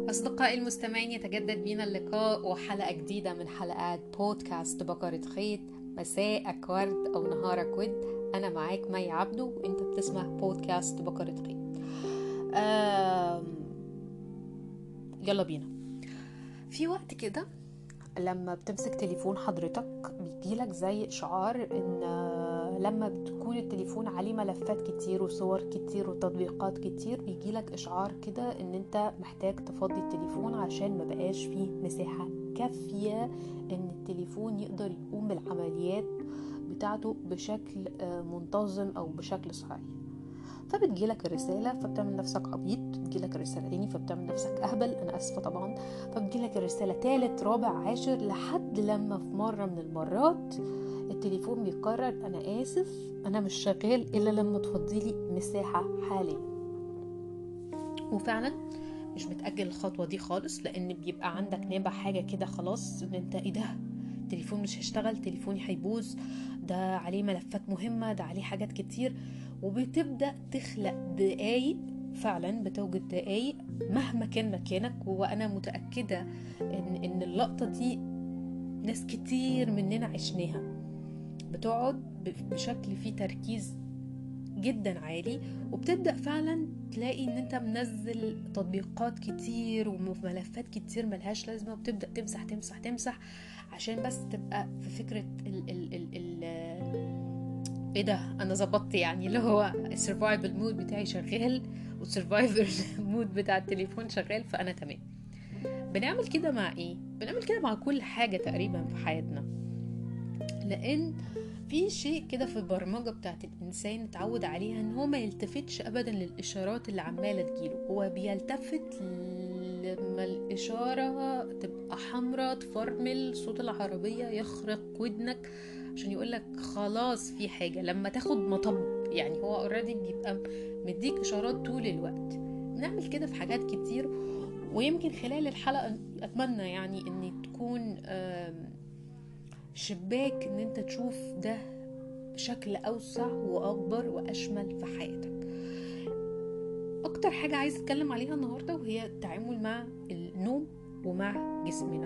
أصدقائي المستمعين، يتجدد بينا اللقاء وحلقة جديدة من حلقات بودكاست بقرة خيط. مساءك ورد أو نهارك ود. أنا معاك مي عبدو وإنت بتسمع بودكاست بقرة خيط. يلا بينا. في وقت كده لما بتمسك تليفون حضرتك بيجيلك زي إشعار إن لما بتكون التليفون عليه ملفات كتير وصور كتير وتطبيقات كتير بيجيلك إشعار كده إن أنت محتاج تفضي التليفون عشان ما بقاش فيه مساحة كافية إن التليفون يقدر يقوم بالعمليات بتاعته بشكل منتظم أو بشكل صحيح. فبتجيلك الرسالة فبتعمل نفسك عبيط، بتجيلك الرسالة تاني فبتعمل نفسك أهبل، أنا أسفة طبعا. فبتجيلك الرسالة تالت رابع عاشر لحد لما في مرة من المرات التليفون بيقرر أنا آسف، أنا مش شغال إلا لما تفضيلي مساحة حاليا. وفعلا مش بتأجل الخطوة دي خالص، لأن بيبقى عندك نابع حاجة كده خلاص إن أنت إيه ده، التليفون مش هيشتغل، تليفوني هيبوظ، ده عليه ملفات مهمة، ده عليه حاجات كتير. وبتبدأ تخلق دقايق، فعلا بتوجد دقايق مهما كان مكانك. وأنا متأكدة إن اللقطة دي ناس كتير مننا عشناها. بتقعد بشكل فيه تركيز جدا عالي، وبتبدأ فعلا تلاقي ان انت منزل تطبيقات كتير وملفات كتير ملهاش لازمة، وبتبدأ تمسح تمسح تمسح عشان بس تبقى في فكرة ال ايه ده، انا زبطت، يعني اللي هو السرفايفل مود بتاعي شغال والسرفايفل مود بتاع التليفون شغال، فانا تمام. بنعمل كده مع ايه؟ بنعمل كده مع كل حاجة تقريبا في حياتنا، لان في شيء كده في البرمجة بتاعت الإنسان اتعود عليها ان هو ما يلتفتش أبدا للإشارات اللي عمالة تجيله. هو بيلتفت لما الإشارة تبقى حمرة تفرمل صوت العربية يخرق ودنك عشان يقولك خلاص في حاجة، لما تاخد مطب. يعني هو اوريدي بيبقى مديك إشارات طول الوقت. بنعمل كده في حاجات كتير، ويمكن خلال الحلقة أتمنى يعني ان تكون شباك ان انت تشوف ده بشكل اوسع واكبر واشمل في حياتك. اكتر حاجة عايز اتكلم عليها النهاردة وهي التعامل مع النوم ومع جسمنا.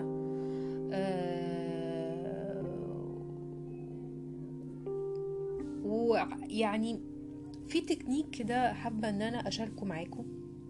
ويعني في تكنيك كده حابة ان انا اشاركه معاكم.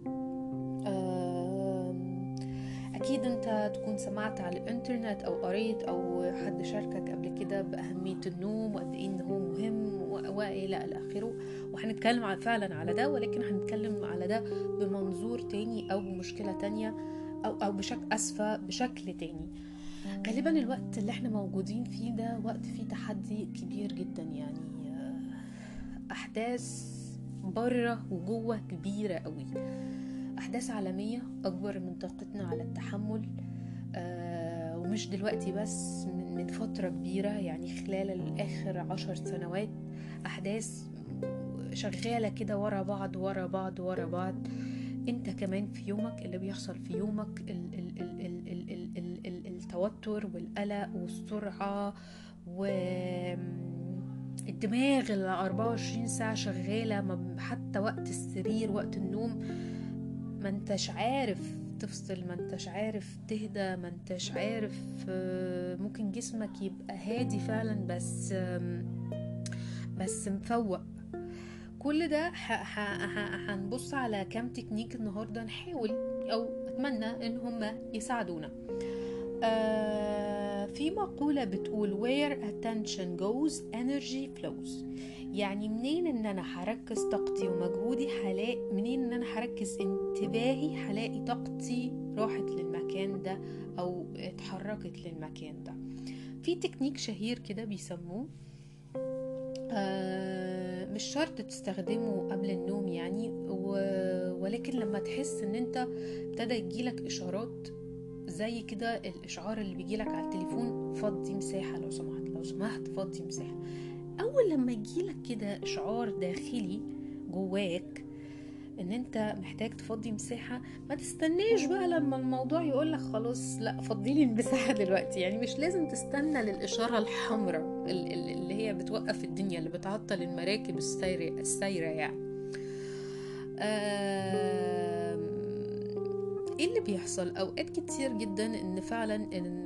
اكيد انت تكون سمعت على الانترنت او قريت او حد شاركك قبل كده باهمية النوم وقد ايه ان هو مهم والى الاخره. وهنتكلم فعلا على ده، ولكن هنتكلم على ده بمنظور تاني او بمشكلة تانية او بشكل تاني. غالبا الوقت اللي احنا موجودين فيه ده وقت فيه تحدي كبير جدا، يعني احداث بره وجوه كبيرة قوي، أحداث عالمية أكبر من طاقتنا على التحمل. ومش دلوقتي بس، من فترة كبيرة، يعني خلال الآخر 10 سنوات أحداث شغالة كده ورا بعض ورا بعض ورا بعض. انت كمان في يومك اللي بيحصل في يومك التوتر والقلق والسرعة والدماغ اللي 24 ساعة شغالة، حتى وقت السرير وقت النوم ما انتش عارف تفصل، ما انتش عارف تهدى، ما انتش عارف. ممكن جسمك يبقى هادي فعلا بس مفوق. كل ده هنبص على كام تكنيك النهاردة، نحاول او اتمنى ان هم يساعدونا. في مقولة بتقول where attention goes energy flows. يعني منين ان انا هركز طاقتي ومجهودي هلاقي، منين ان انا هركز انتباهي هلاقي طاقتي راحت للمكان ده او اتحركت للمكان ده. في تكنيك شهير كده بيسموه، مش شرط تستخدمه قبل النوم يعني، ولكن لما تحس ان انت ابتدى يجيلك اشارات زي كده الاشعار اللي بيجيلك على التليفون فضي مساحة لو سمحت لو سمحت فضي مساحة. اول لما يجيلك كده اشعار داخلي جواك ان انت محتاج تفضي مساحة، ما تستناش بقى لما الموضوع يقولك خلاص لا فضيلي المساحة دلوقتي. يعني مش لازم تستنى للاشارة الحمراء اللي هي بتوقف الدنيا، اللي بتعطل المراكب السايرة يعني. ايه اللي بيحصل اوقات كتير جدا ان فعلا ان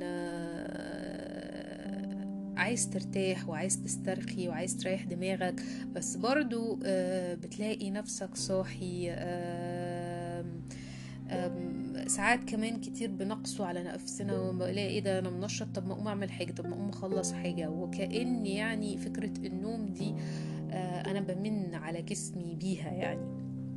عايز ترتاح وعايز تسترخي وعايز تريح دماغك، بس برضو بتلاقي نفسك صاحي. ساعات كمان كتير بنقصوا على نفسنا وبلاقي ايه ده، انا منشط، طب ما اقوم اعمل حاجه، طب ما اقوم اخلص حاجه، وكأن يعني فكره النوم دي انا بمن على جسمي بيها يعني.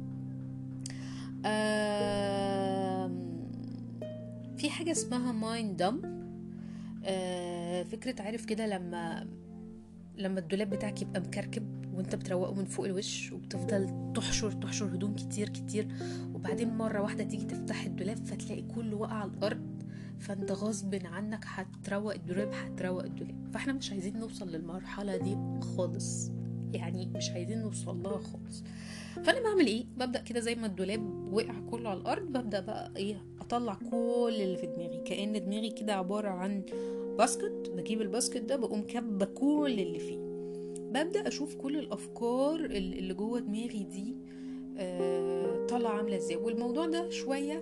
في حاجه اسمها مايند دمب. فكره، عارف كده لما الدولاب بتاعك يبقى مكركب وانت بتروقه من فوق الوش وبتفضل تحشر هدوم كتير كتير، وبعدين مرة واحدة تيجي تفتح الدولاب فتلاقي كله وقع على الأرض، فانت غصب عنك هتروق الدولاب. فاحنا مش عايزين نوصل للمرحلة دي خالص، يعني مش عايزين نوصل لها خالص. فانا بعمل ايه؟ ببدأ كده زي ما الدولاب وقع كله على الأرض، ببدأ بقى ايه، اطلع كل اللي في دماغي، كأن دماغي كده عبارة عن باسكت. بجيب الباسكت ده بقوم كبه كل اللي فيه، ببدأ أشوف كل الأفكار اللي جوه دماغي دي طالعة عاملة ازاي. والموضوع ده شوية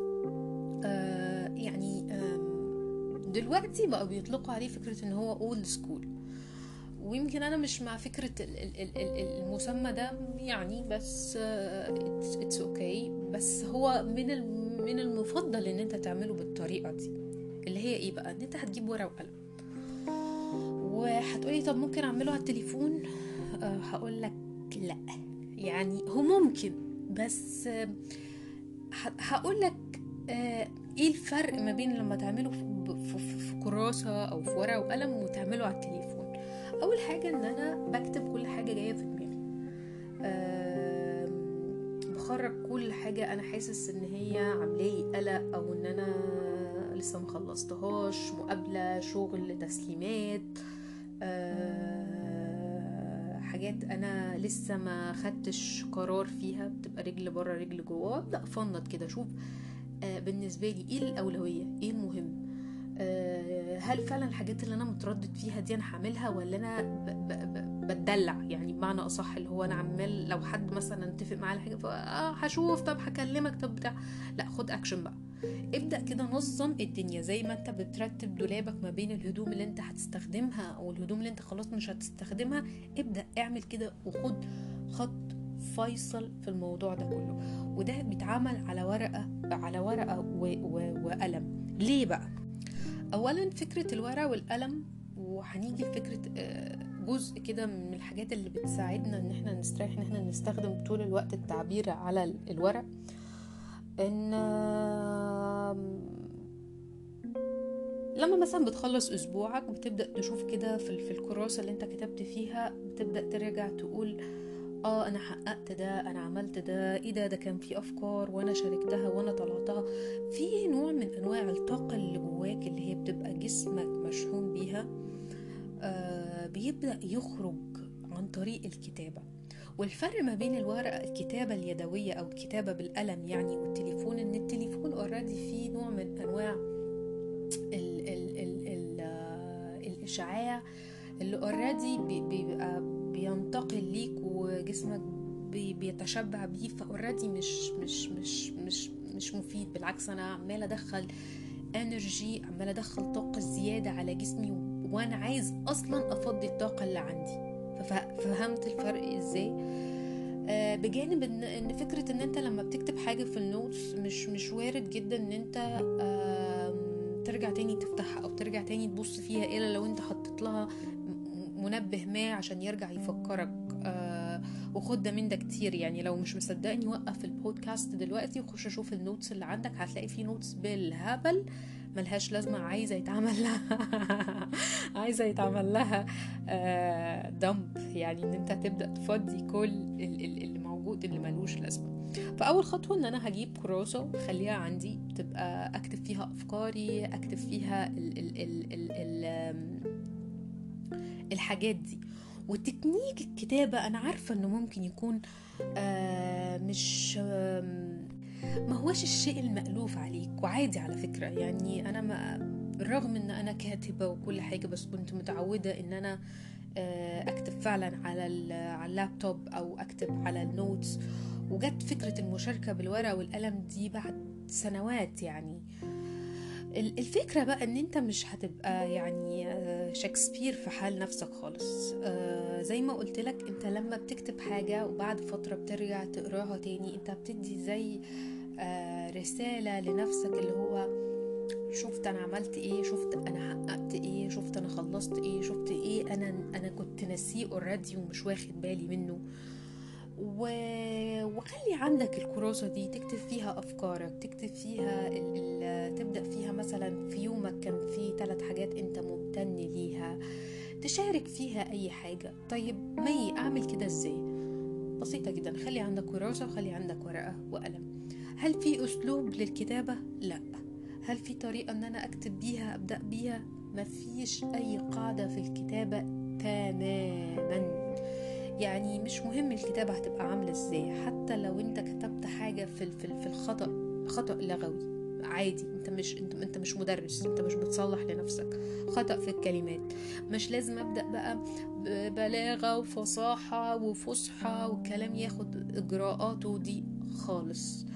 يعني دلوقتي بقى بيطلقوا عليه فكرة ان هو old school، ويمكن انا مش مع فكرة المسمى ده يعني، بس it's okay. بس هو من المفضل ان انت تعمله بالطريقة دي، اللي هي ايه بقى، ان انت هتجيب ورقة وقلم وهتقولي طب ممكن اعمله على التليفون. هقولك لا، يعني هو ممكن، بس هقولك ايه الفرق ما بين لما تعمله في كراسة او في ورقة وقلم وتعمله على التليفون. اول حاجة ان انا بكتب كل حاجة جاية في دماغي، بخرج كل حاجة انا حاسس ان هي عاملالي قلق، او ان انا لسه مخلصتهاش، مقابلة، شغل، تسليمات، حاجات انا لسه ما خدتش قرار فيها، بتبقى رجل بره رجل جوه. ابدا افنط كده، اشوف بالنسبه لي ايه الاولويه، ايه المهم، هل فعلا الحاجات اللي انا متردد فيها دي انا هعملها، ولا انا بتدلع، يعني بمعنى اصح اللي هو انا عمال لو حد مثلا اتفق معاه على حاجه هشوف، طب هكلمك، طب بتاع، لا خد اكشن بقى. ابدأ كده نظم الدنيا، زي ما انت بترتب دولابك ما بين الهدوم اللي انت هتستخدمها او الهدوم اللي انت خلاص مش هتستخدمها. ابدأ اعمل كده وخد خط فيصل في الموضوع ده كله، وده بيتعمل على ورقة وقلم. ليه بقى؟ اولا فكرة الورقة والقلم، وهنيجي لفكرة جزء كده من الحاجات اللي بتساعدنا ان احنا نستريح، ان احنا نستخدم طول الوقت التعبير على الورق، ان لما مثلا بتخلص اسبوعك بتبدأ تشوف كده في الكراسة اللي انت كتبت فيها، بتبدأ ترجع تقول انا حققت ده، انا عملت ده، ايه ده كان في افكار وانا شاركتها وانا طلعتها. في نوع من انواع الطاقة اللي جواك اللي هي بتبقى جسمك مشحون بيها، بيبدأ يخرج عن طريق الكتابة. والفرق ما بين الكتابة اليدوية أو الكتابة بالقلم يعني والتليفون، إن التليفون أوريدي فيه نوع من أنواع الإشعاع اللي أوريدي بيبقى بينتقل ليك وجسمك بيتشبع بيه، فأوريدي مش مفيد. بالعكس، أنا عمالة أدخل انرجي، عمالة أدخل طاقة زيادة على جسمي، وأنا عايز أصلا أفضي الطاقة اللي عندي. ففهمت الفرق ازاي؟ بجانب ان فكرة ان انت لما بتكتب حاجة في النوتس مش وارد جدا ان انت ترجع تاني تفتحها او ترجع تاني تبص فيها، الا لو انت حطيت لها منبه ما عشان يرجع يفكرك. وخد ده من ده كتير، يعني لو مش مصدقني وقف البودكاست دلوقتي وخش اشوف النوتس اللي عندك، هتلاقي في نوتس بالهبل ملهاش لازمة، عايزة يتعمل لها دمب، يعني ان انت تبدأ تفضي كل اللي موجود اللي ملوش لازمة. فأول خطوة ان انا هجيب كراسة وخليها عندي، تبقى اكتب فيها افكاري، اكتب فيها الحاجات دي. وتكنيك الكتابة انا عارفة انه ممكن يكون مش ما هوش الشيء المألوف عليك، وعادي على فكرة. يعني انا بالرغم ان انا كاتبة وكل حاجة، بس كنت متعودة ان انا اكتب فعلا على اللابتوب او اكتب على النوتس، وجت فكرة المشاركة بالورقة والقلم دي بعد سنوات. يعني الفكرة بقى ان انت مش هتبقى يعني شكسبير في حال نفسك خالص. زي ما قلت لك، انت لما بتكتب حاجة وبعد فترة بترجع تقراها تاني، انت بتدي زي رسالة لنفسك، اللي هو شفت انا عملت ايه، شفت انا حققت ايه، شفت انا خلصت ايه، شفت ايه انا كنت ناسيه اوريدي ومش واخد بالي منه. وخلي عندك الكراسة دي تكتب فيها أفكارك، تكتب فيها تبدأ فيها مثلا في يومك كان في 3 حاجات أنت ممتن ليها، تشارك فيها أي حاجة. طيب مي أعمل كده إزاي؟ بسيطة جدا، خلي عندك كراسة وخلي عندك ورقة وقلم. هل في أسلوب للكتابة؟ لا. هل في طريقة أن أنا أكتب بيها أبدأ بيها؟ مفيش أي قاعدة في الكتابة تماما. يعني مش مهم الكتابة هتبقى عاملة ازاي، حتى لو انت كتبت حاجة في الخطأ، خطأ لغوي عادي، انت مش مدرس، انت مش بتصلح لنفسك، خطأ في الكلمات. مش لازم ابدأ بقى ببلاغة وفصاحة وفصحى والكلام ياخد اجراءاته دي خالص.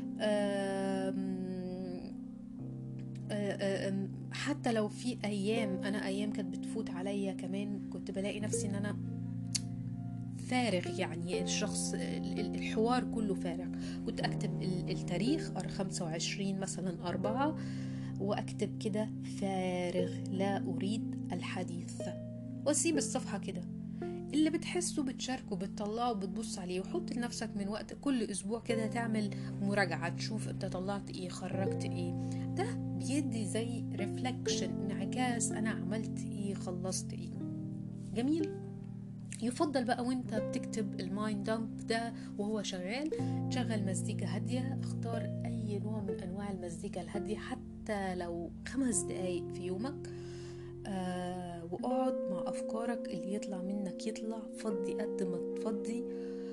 حتى لو في ايام كانت بتفوت عليا كمان كنت بلاقي نفسي ان انا فارغ، يعني الحوار كله فارغ. كنت أكتب التاريخ 25 مثلا 4، وأكتب كده فارغ لا أريد الحديث، وأسيب الصفحة كده. اللي بتحسه بتشاركه، بتطلعه، بتبص عليه، وحط لنفسك من وقت كل أسبوع كده تعمل مراجعة، تشوف انت طلعت ايه، خرجت ايه. ده بيدي زي ريفلكشن، انعكاس، انا عملت ايه، خلصت ايه. جميل. يفضل بقى وانت بتكتب المايند دامب ده وهو شغال، تشغل مزيكا هادية. اختار اي نوع من انواع المزيكا الهادية، حتى لو 5 دقايق في يومك. واقعد مع افكارك، اللي يطلع منك يطلع، فضي قد ما تفضي.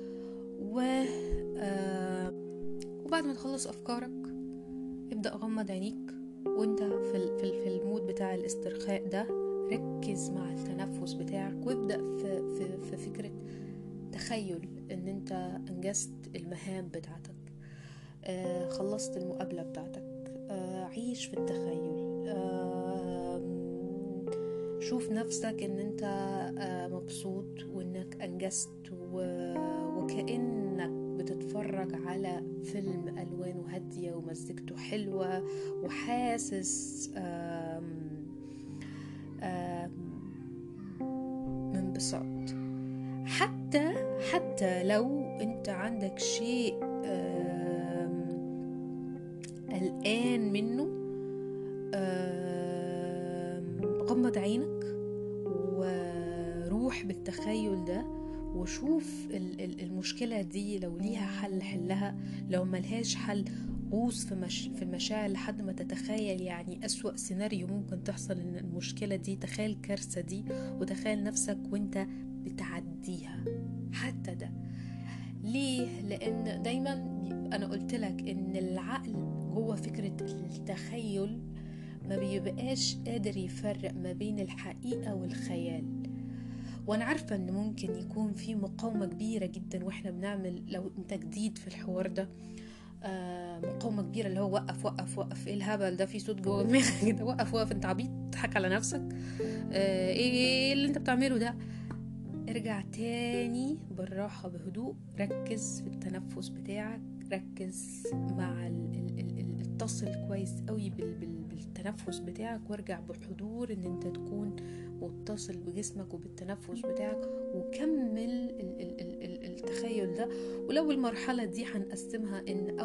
وبعد ما تخلص افكارك ابدأ غمض عينيك، وانت في المود بتاع الاسترخاء ده ركز مع التنفس بتاعك، وابدأ في فكرة تخيل ان انت انجزت المهام بتاعتك، خلصت المقابلة بتاعتك. عيش في التخيل. شوف نفسك ان انت مبسوط وانك انجزت، وكأنك بتتفرج على فيلم ألوانه هادية ومزيكته حلوة، وحاسس بانبساط. حتى لو انت عندك شيء قلقان منه، غمض عينك وروح بالتخيل ده، وشوف المشكلة دي لو ليها حل حلها، لو ملهاش حل غوص في المشاعر لحد ما تتخيل يعني أسوأ سيناريو ممكن تحصل ان المشكلة دي، تخيل الكارثة دي، وتخيل نفسك وانت بتعديها. حتى ده ليه؟ لان دايما انا قلت لك ان العقل جوه فكرة التخيل ما بيبقاش قادر يفرق ما بين الحقيقة والخيال. وانا عارفة ان ممكن يكون في مقاومة كبيرة جدا واحنا بنعمل، لو انت جديد في الحوار ده، مقاومة كبيرة، اللي هو وقف وقف وقف، ايه الهبل ده، في صوت جوه دماغك كده، وقف وقف، انت عبيط، تضحك على نفسك، ايه اللي انت بتعمله ده. ارجع تاني بالراحة بهدوء، ركز في التنفس بتاعك، ركز مع اتصل كويس قوي بالتنفس بتاعك، وارجع بحضور ان انت تكون متصل بجسمك وبالتنفس بتاعك، وكمل التخيل ده. ولو المرحلة دي هنقسمها ان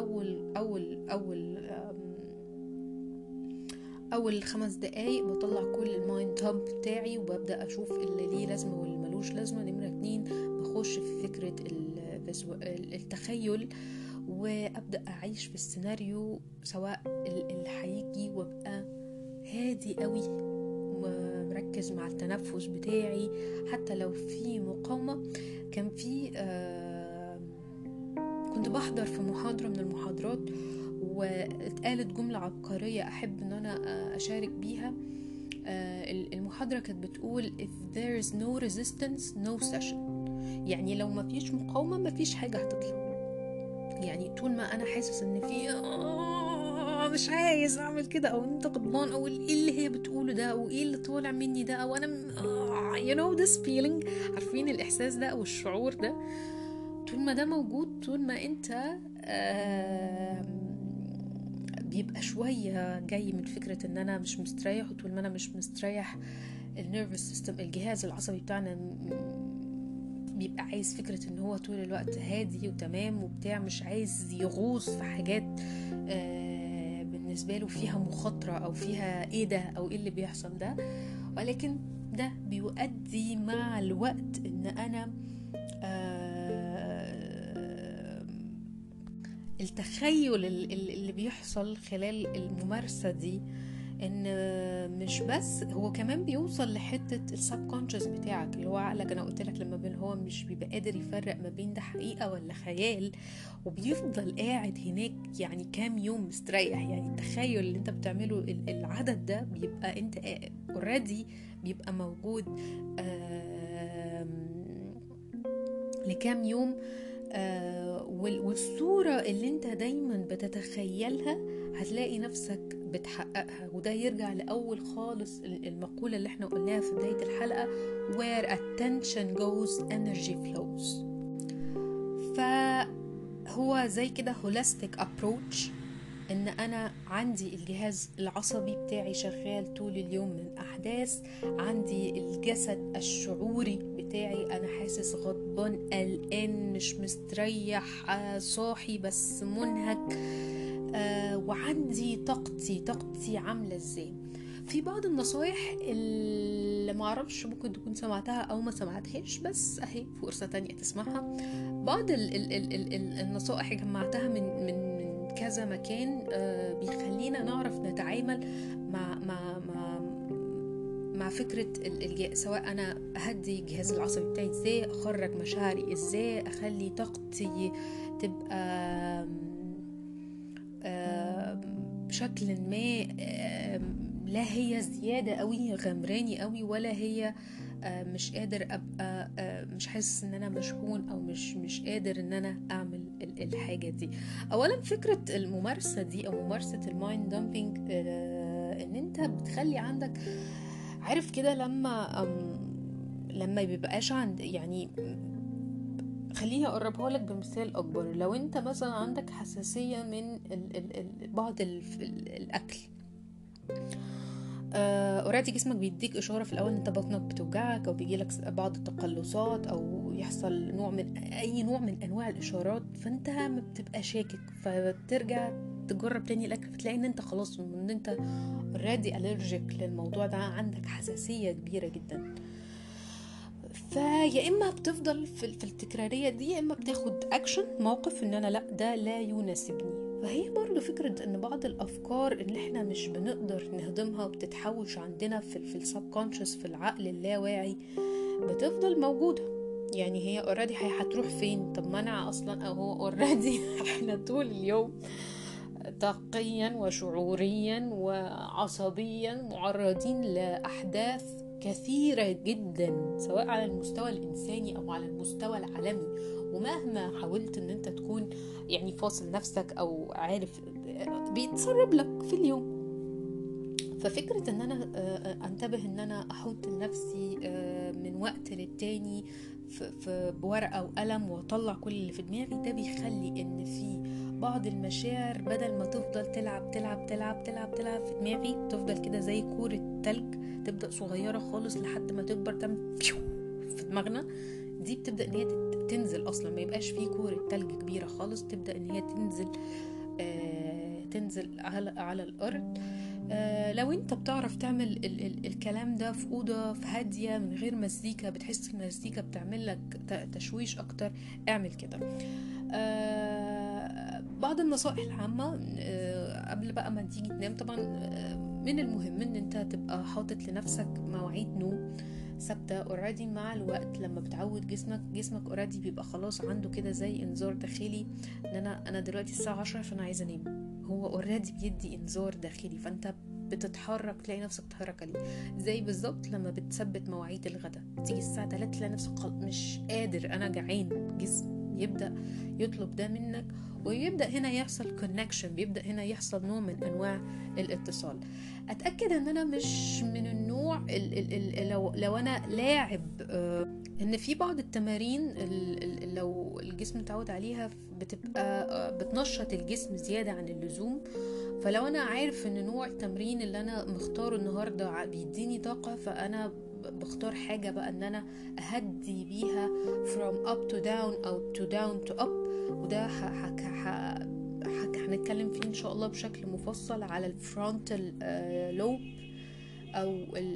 اول 5 دقايق بطلع كل المايند دامب بتاعي، وببدأ اشوف اللي ليه لازمة واللي ملوش لازمة. نمرة 2 بخش في فكرة التخيل، وابدأ اعيش في السيناريو سواء اللي هيجي، وابقى هادي قوي ومركز مع التنفس بتاعي. حتى لو في مقاومة، كان في كنت بحضر في محاضرة من المحاضرات، واتقالت جملة عبقرية أحب أن أنا أشارك بيها. المحاضرة كانت بتقول if there is no resistance no session، يعني لو ما فيش مقاومة ما فيش حاجة هتطلع. يعني طول ما انا حاسس ان في مش عايز اعمل كده، او انت غضبان، او ايه اللي هي بتقوله ده، او ايه اللي طالع مني ده، او انا you know this feeling، عارفين الاحساس ده او الشعور ده؟ طول ما ده موجود، طول ما انت بيبقى شوية جاي من فكرة ان انا مش مستريح، وطول ما انا مش مستريح النيرفس سيستم، الجهاز العصبي بتاعنا بيبقى عايز فكرة ان هو طول الوقت هادي وتمام وبتاع، مش عايز يغوص في حاجات بالنسبة له فيها مخاطرة او فيها ايه ده او ايه اللي بيحصل ده. ولكن ده بيؤدي مع الوقت ان انا التخيل اللي بيحصل خلال الممارسة دي، ان مش بس هو كمان بيوصل لحتة السبكونشس بتاعك اللي هو عقلك. انا قلت لك لما بين هو مش بيبقى قادر يفرق ما بين ده حقيقة ولا خيال، وبيفضل قاعد هناك يعني كام يوم مستريح. يعني التخيل اللي انت بتعمله العدد ده بيبقى انت already بيبقى موجود لكام يوم. والصورة اللي انت دايما بتتخيلها هتلاقي نفسك بتحققها. وده يرجع لأول خالص المقولة اللي احنا قلناها في بداية الحلقة where attention goes energy flows. فهو زي كده holistic approach، ان انا عندي الجهاز العصبي بتاعي شغال طول اليوم من احداث، عندي الجسد الشعوري بتاعي انا حاسس غضبان قلقان مش مستريح صاحي بس منهك، وعندي طاقتي عاملة ازاي. في بعض النصايح اللي معرفش ممكن تكون سمعتها او ما سمعتهاش، بس اهي فرصة تانية تسمعها. بعض النصائح جمعتها من كذا مكان بيخلينا نعرف نتعامل مع فكرة سواء أنا أهدي الجهاز العصبي بتاعي ازاي، أخرج مشاعري ازاي، أخلي طاقتي تبقى بشكل ما لا هي زيادة قوي غمراني قوي، ولا هي مش قادر أبقى مش حاسس ان انا مشحون، او مش قادر ان انا اعمل الحاجة دي. اولا فكرة الممارسة دي او ممارسة المايند دامبينج ان انت بتخلي عندك، عارف كده لما بيبقاش عند، يعني خليني اقربها لك بمثال اكبر. لو انت مثلا عندك حساسية من بعض الاكل، اوريدي جسمك بيديك اشاره في الاول ان انت بطنك بتوجعك، او بيجيلك بعض التقلصات، او يحصل اي نوع من انواع الاشارات، فانت ما بتبقى شاكك، فترجع تجرب تاني الاكل، فتلاقي ان انت خلاص ان انت اوريدي الرجيك للموضوع ده، عندك حساسيه كبيره جدا. فيا اما بتفضل في التكراريه دي، يا اما بتاخد اكشن، موقف ان انا لا ده لا يناسبني. فهي برضو فكرة ان بعض الافكار اللي احنا مش بنقدر نهضمها وبتتحوش عندنا في السبكونشس، في العقل اللاواعي، بتفضل موجودة. يعني هي اوريدي هتروح فين؟ طب ما انا اصلا هو اوريدي احنا طول اليوم طاقيا وشعوريا وعصبيا معرضين لاحداث كثيرة جدا، سواء على المستوى الإنساني أو على المستوى العالمي. ومهما حاولت ان انت تكون يعني فاصل نفسك او عارف، بيتسرب لك في اليوم. ففكرة ان انا انتبه ان انا احط لنفسي من وقت للتاني بورقة وقلم واطلع كل اللي في دماغي، ده بيخلي ان في بعض المشاعر بدل ما تفضل تلعب في دماغي، تفضل كده زي كورة تلج، تبدأ صغيرة خالص لحد ما تكبر تعمل في دماغنا. دي بتبدأ ان هي تنزل اصلا، ما يبقاش فيه كورة تلج كبيرة خالص، تبدأ ان هي تنزل على الارض. لو انت بتعرف تعمل الكلام ده في أوضة في هادية من غير مزيكا، بتحس المزيكا بتعمل لك تشويش اكتر، اعمل كده. بعض النصائح العامة قبل بقى ما تيجي تنام، طبعا من المهم ان انت تبقى حاطط لنفسك مواعيد نوم ثابته اوريدي. مع الوقت لما بتعود جسمك اوريدي بيبقى خلاص عنده كده زي انذار داخلي ان انا دلوقتي الساعه 10 فانا عايزه انام. هو اوريدي بيدي انذار داخلي، فانت بتتحرك تلاقي نفسك بتتحرك عليه. زي بالظبط لما بتثبت مواعيد الغداء، تيجي الساعه 3 تلاقي نفسك مش قادر، انا جعان، يبدأ يطلب ده منك، ويبدأ هنا يحصل connection، بيبدأ هنا يحصل نوع من أنواع الاتصال. أتأكد أن أنا مش من النوع لو أنا لاعب، ان في بعض التمارين لو الجسم متعود عليها بتبقى بتنشط الجسم زيادة عن اللزوم. فلو انا عارف ان نوع التمرين اللي انا مختاره النهاردة بيديني طاقة، فانا بختار حاجة بقى ان انا اهدي بيها from up to down او to down to up. وده هنتكلم فيه ان شاء الله بشكل مفصل على الفرونتال لوب او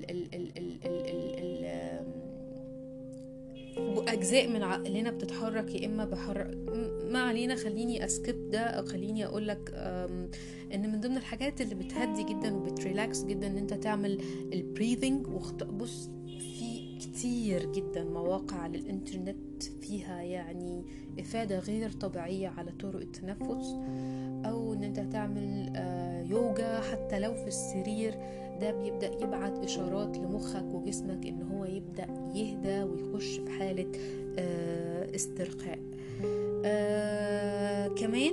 اجزاء من عقلنا بتتحرك، يا اما بحرك ما علينا. خليني اسكيب ده، او خليني اقولك ان من ضمن الحاجات اللي بتهدي جدا وبتريلاكس جدا ان انت تعمل البريذنج. بص، في كتير جدا مواقع على الانترنت فيها يعني افادة غير طبيعية على طرق التنفس، او ان انت تعمل يوجا حتى لو في السرير. ده بيبدأ يبعت إشارات لمخك وجسمك إن هو يبدأ يهدى ويخش في حالة استرخاء. كمان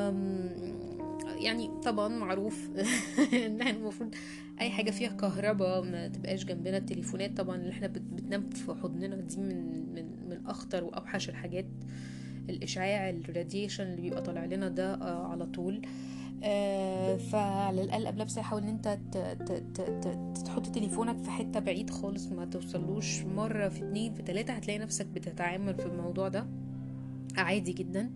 يعني طبعا معروف إن المفروض أي حاجة فيها كهرباء ما تبقاش جنبنا. التليفونات طبعا اللي احنا بتنام في حضننا دي من أخطر وأوحش الحاجات. الإشعاع الراديشن اللي بيبقى طالع لنا ده على طول. فعلى الأقل قبل بس حاول ان انت تحط تليفونك في حتة بعيد خالص، ما توصلوش. مرة في 2 في 3 هتلاقي نفسك بتتعامل في الموضوع ده عادي جدا.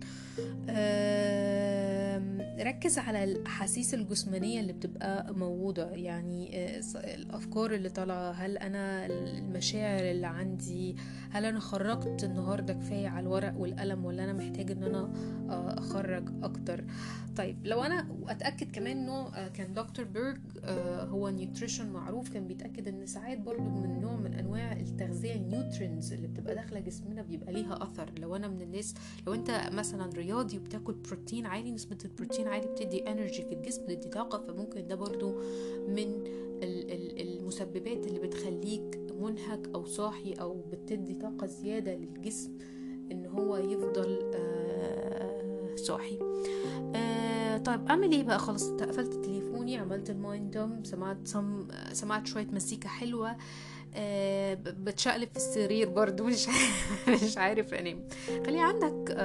ركز على الأحاسيس الجسمانية اللي بتبقى موجودة، يعني الأفكار اللي طالعة، هل أنا المشاعر اللي عندي، هل أنا خرجت النهاردة كفاية على الورق والقلم، ولا أنا محتاج أن أنا أخرج أكتر. طيب لو أنا أتأكد كمان أنه كان دكتور بيرج هو نيوتريشن معروف، كان بيتأكد أن ساعات برضو من نوع من أنواع التغذية النيوترينز اللي بتبقى داخلة جسمنا بيبقى ليها أثر. لو أنا من الناس، لو أنت مثلا رياضي وبتاكل بروتين عالي، نسبة البروتين عالي بتدي انرجي في الجسم، بتدي طاقة، فممكن ده برضو من المسببات اللي بتخليك منهك او صاحي، او بتدي طاقة زيادة للجسم ان هو يفضل صاحي. طيب اعمل ايه بقى؟ خلاص قفلت تليفوني، عملت المايند دوم، سمعت شوية مزيكا حلوة، بتشقلب في السرير برضو مش عارف انام. خلي عندك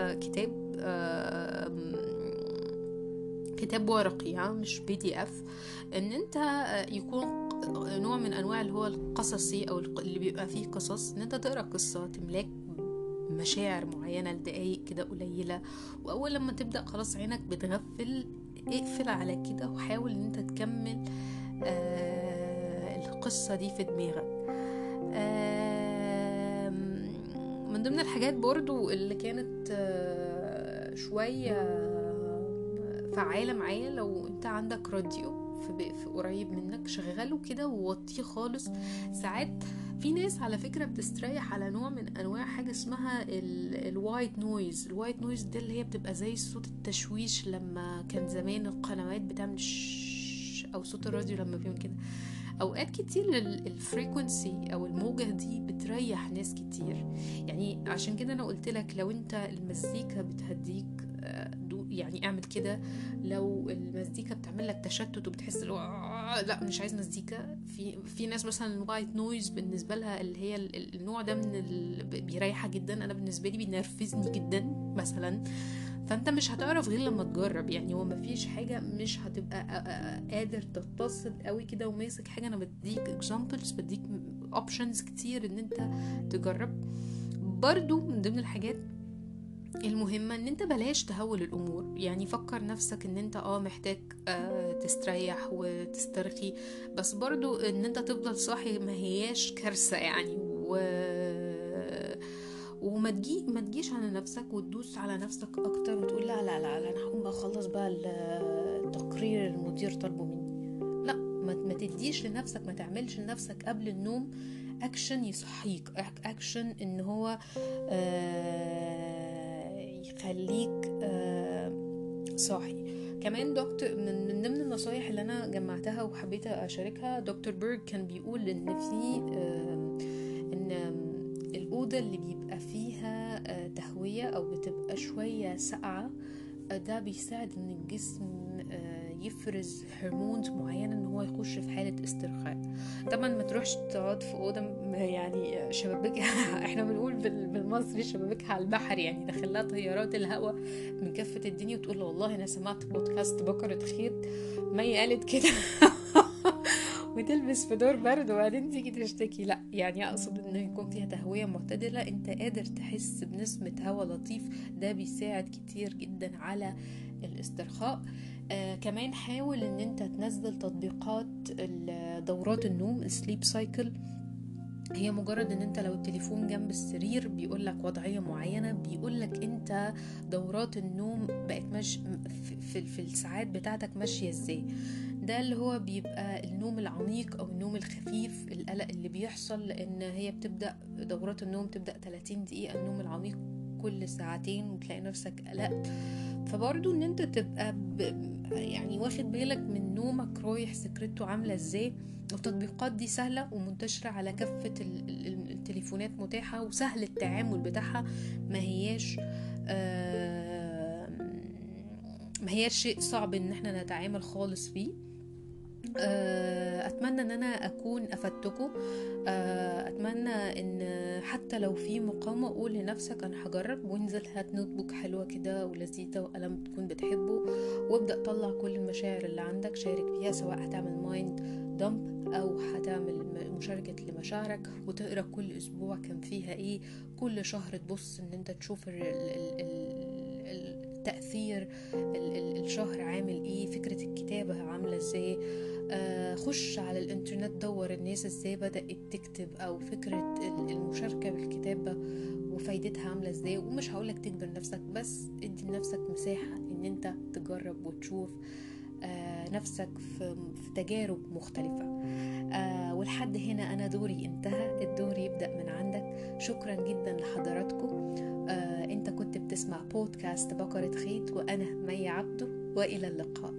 كتاب ورقي، مش PDF، ان انت يكون نوع من انواع اللي هو القصصي او اللي بيبقى فيه قصص، ان انت تقرأ قصة تملاك مشاعر معينة لدقايق كده قليلة. واول لما تبدأ خلاص عينك بتغفل، اقفل على كده وحاول ان انت تكمل القصة دي في دماغك. من ضمن الحاجات برضو اللي كانت شوية فعالة معايا، لو انت عندك راديو في قريب منك شغله كده ووطيه خالص. ساعات في ناس على فكرة بتستريح على نوع من انواع حاجة اسمها الوايت نويز. الوايت نويز دي اللي هي بتبقى زي صوت التشويش لما كان زمان القنوات بتعمل او صوت الراديو لما بيعمل كده. اوقات كتير الفريكونسي او الموجة دي بتريح ناس كتير. يعني عشان كده انا قلت لك لو انت المزيكا بتهديك يعني اعمل كده. لو المزيكا بتعمل لك تشتت وبتحس لا مش عايز مزيكا، في ناس مثلا الوايت نويز بالنسبه لها اللي هي النوع ده من بيريحها جدا. انا بالنسبه لي بينرفزني جدا مثلا. فانت مش هتعرف غير لما تجرب، يعني هو مفيش حاجه مش هتبقى قادر تتصل قوي كده وماسك حاجه. انا بديك examples، بديك options كتير ان انت تجرب. برضو من ضمن الحاجات المهمة ان انت بلاش تهول الامور، يعني فكر نفسك ان انت محتاج تستريح وتسترخي، بس برضو ان انت تفضل صاحي ما هياش كارثة يعني. وما تجيش على نفسك وتدوس على نفسك اكتر وتقول لا لا لا, لا انا هقوم اخلص بقى التقرير المدير طلبه مني. لا، ما تديش لنفسك، ما تعملش لنفسك قبل النوم اكشن يصحيك، اكشن ان هو يخليك صاحي. كمان دكتور من ضمن النصايح اللي انا جمعتها وحبيت اشاركها، دكتور بيرج كان بيقول ان في ان الأوضة اللي بيبقى فيها تهوية او بتبقى بتبقى شوية ساقعة، ده بيساعد ان الجسم يفرز هرمونز معينة ان هو يخش في حالة استرخاء. طبعا ما تروحش تقعد في أوضة يعني شبابيك احنا بنقول بالمصري شبابيكها على البحر، يعني دخلها تيارات الهواء من كافة الدنيا وتقول والله انا سمعت بودكاست بكرة خيط مي قالت كده وتلبس في دور برد وبعدين تيجي تشتكي. لا، يعني اقصد انه يكون فيها تهوية معتدلة، انت قادر تحس بنسمة هواء لطيف، ده بيساعد كتير جدا على الاسترخاء. كمان حاول ان انت تنزل تطبيقات دورات النوم، السليب سايكل. هي مجرد ان انت لو التليفون جنب السرير بيقولك وضعية معينة، بيقولك انت دورات النوم بقت في الساعات بتاعتك ماشية ازاي. ده اللي هو بيبقى النوم العميق او النوم الخفيف، القلق اللي بيحصل لان هي بتبدأ دورات النوم تبدأ 30 دقيقة، النوم العميق كل ساعتين وتلاقي نفسك قلقت. فبرضو ان انت تبقى يعني واخد بالك من نومك رايح سكرته عاملة ازاي. التطبيقات دي سهلة ومنتشرة على كافة التليفونات متاحة وسهل التعامل بتاعها، ما هياش شيء صعب ان احنا نتعامل خالص فيه. اتمنى ان انا اكون افدتكم. اتمنى ان حتى لو في مقاومة قول لنفسك انا هجرب، وانزل هات نوت بوك حلوة كده ولذيذة وقلم تكون بتحبه، وابدأ طلع كل المشاعر اللي عندك، شارك فيها، سواء هتعمل مايند دمب او هتعمل مشاركة لمشاعرك وتقرأ كل اسبوع كان فيها ايه، كل شهر تبص ان انت تشوف التأثير الشهر عامل ايه، فكرة الكتابة عاملة ازاي. خش على الانترنت دور الناس ازاي بدأت تكتب، او فكرة المشاركة بالكتابة وفايدتها عاملة ازاي. ومش هقولك تجبر نفسك، بس ادي لنفسك مساحة ان انت تجرب وتشوف نفسك في تجارب مختلفة. ولحد هنا انا دوري انتهى، الدور يبدأ من عندك. شكرا جدا لحضراتكم. انت كنت بتسمع بودكاست بقرة خيط، وانا مي عبده، والى اللقاء.